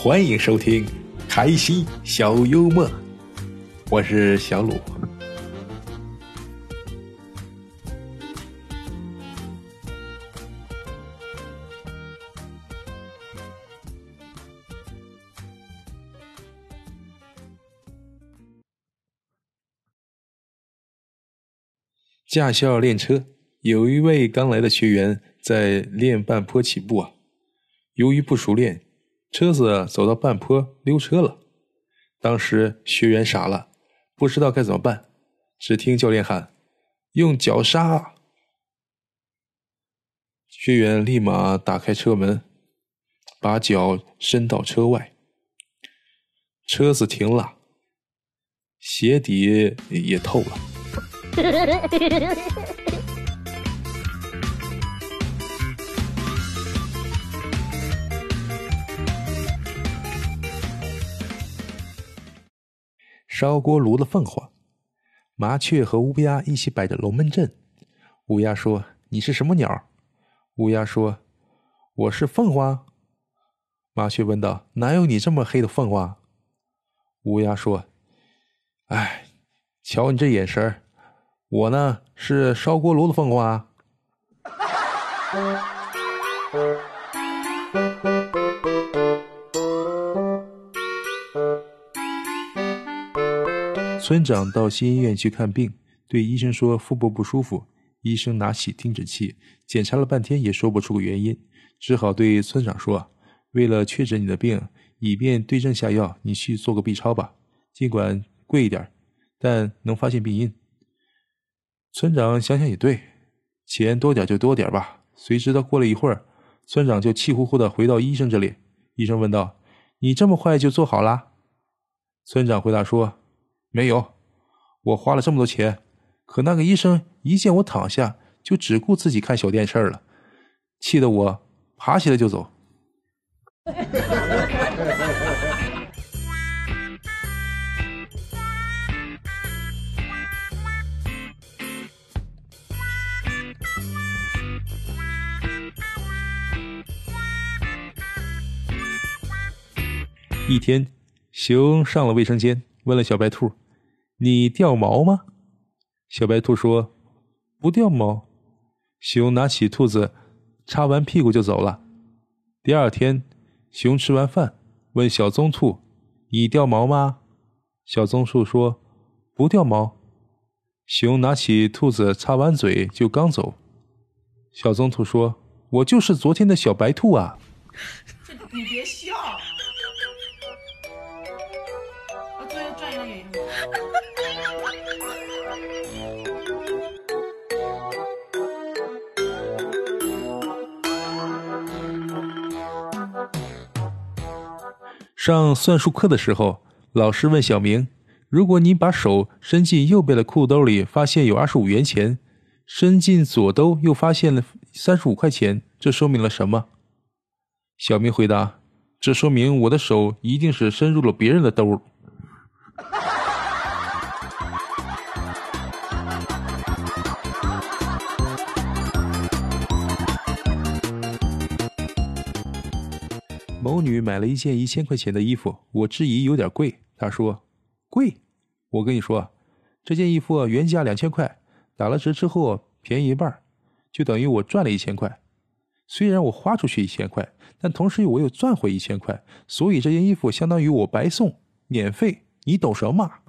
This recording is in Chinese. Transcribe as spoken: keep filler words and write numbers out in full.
欢迎收听开心小幽默，我是小鲁。驾校练车，有一位刚来的学员在练半坡起步啊，由于不熟练，车子走到半坡溜车了。当时学员傻了，不知道该怎么办，只听教练喊用脚刹。学员立马打开车门，把脚伸到车外，车子停了，鞋底也透了。烧锅炉的凤凰，麻雀和乌鸦一起摆着龙门阵。乌鸦说：“你是什么鸟？”乌鸦说：“我是凤凰。”麻雀问道：“哪有你这么黑的凤凰？”乌鸦说：“哎，瞧你这眼神，我呢是烧锅炉的凤凰啊。”村长到新医院去看病，对医生说腹部不舒服。医生拿起听诊器检查了半天也说不出个原因，只好对村长说：“为了确诊你的病，以便对症下药，你去做个 B 超吧，尽管贵一点，但能发现病因。”村长想想也对，钱多点就多点吧。谁知道过了一会儿，村长就气呼呼地回到医生这里。医生问道：“你这么快就做好啦？”村长回答说：“没有，我花了这么多钱，可那个医生一见我躺下就只顾自己看小电视了，气得我爬起来就走。”一天，熊上了卫生间，问了小白兔：“你掉毛吗？”小白兔说：“不掉毛。”熊拿起兔子，擦完屁股就走了。第二天，熊吃完饭，问小棕兔：“你掉毛吗？”小棕兔说：“不掉毛。”熊拿起兔子，擦完嘴就刚走。小棕兔说：“我就是昨天的小白兔啊。” 你别笑。转一个眼睛。 上算术课的时候，老师问小明：“如果你把手伸进右边的裤兜里，发现有二十五元钱，伸进左兜又发现了三十五块钱，这说明了什么？”小明回答：“这说明我的手一定是伸入了别人的兜。”某女买了一件一千块钱的衣服，我质疑有点贵，她说：“贵？我跟你说，这件衣服原价两千块，打了折之后便宜一半，就等于我赚了一千块。虽然我花出去一千块，但同时我又赚回一千块，所以这件衣服相当于我白送，免费，你懂什么？”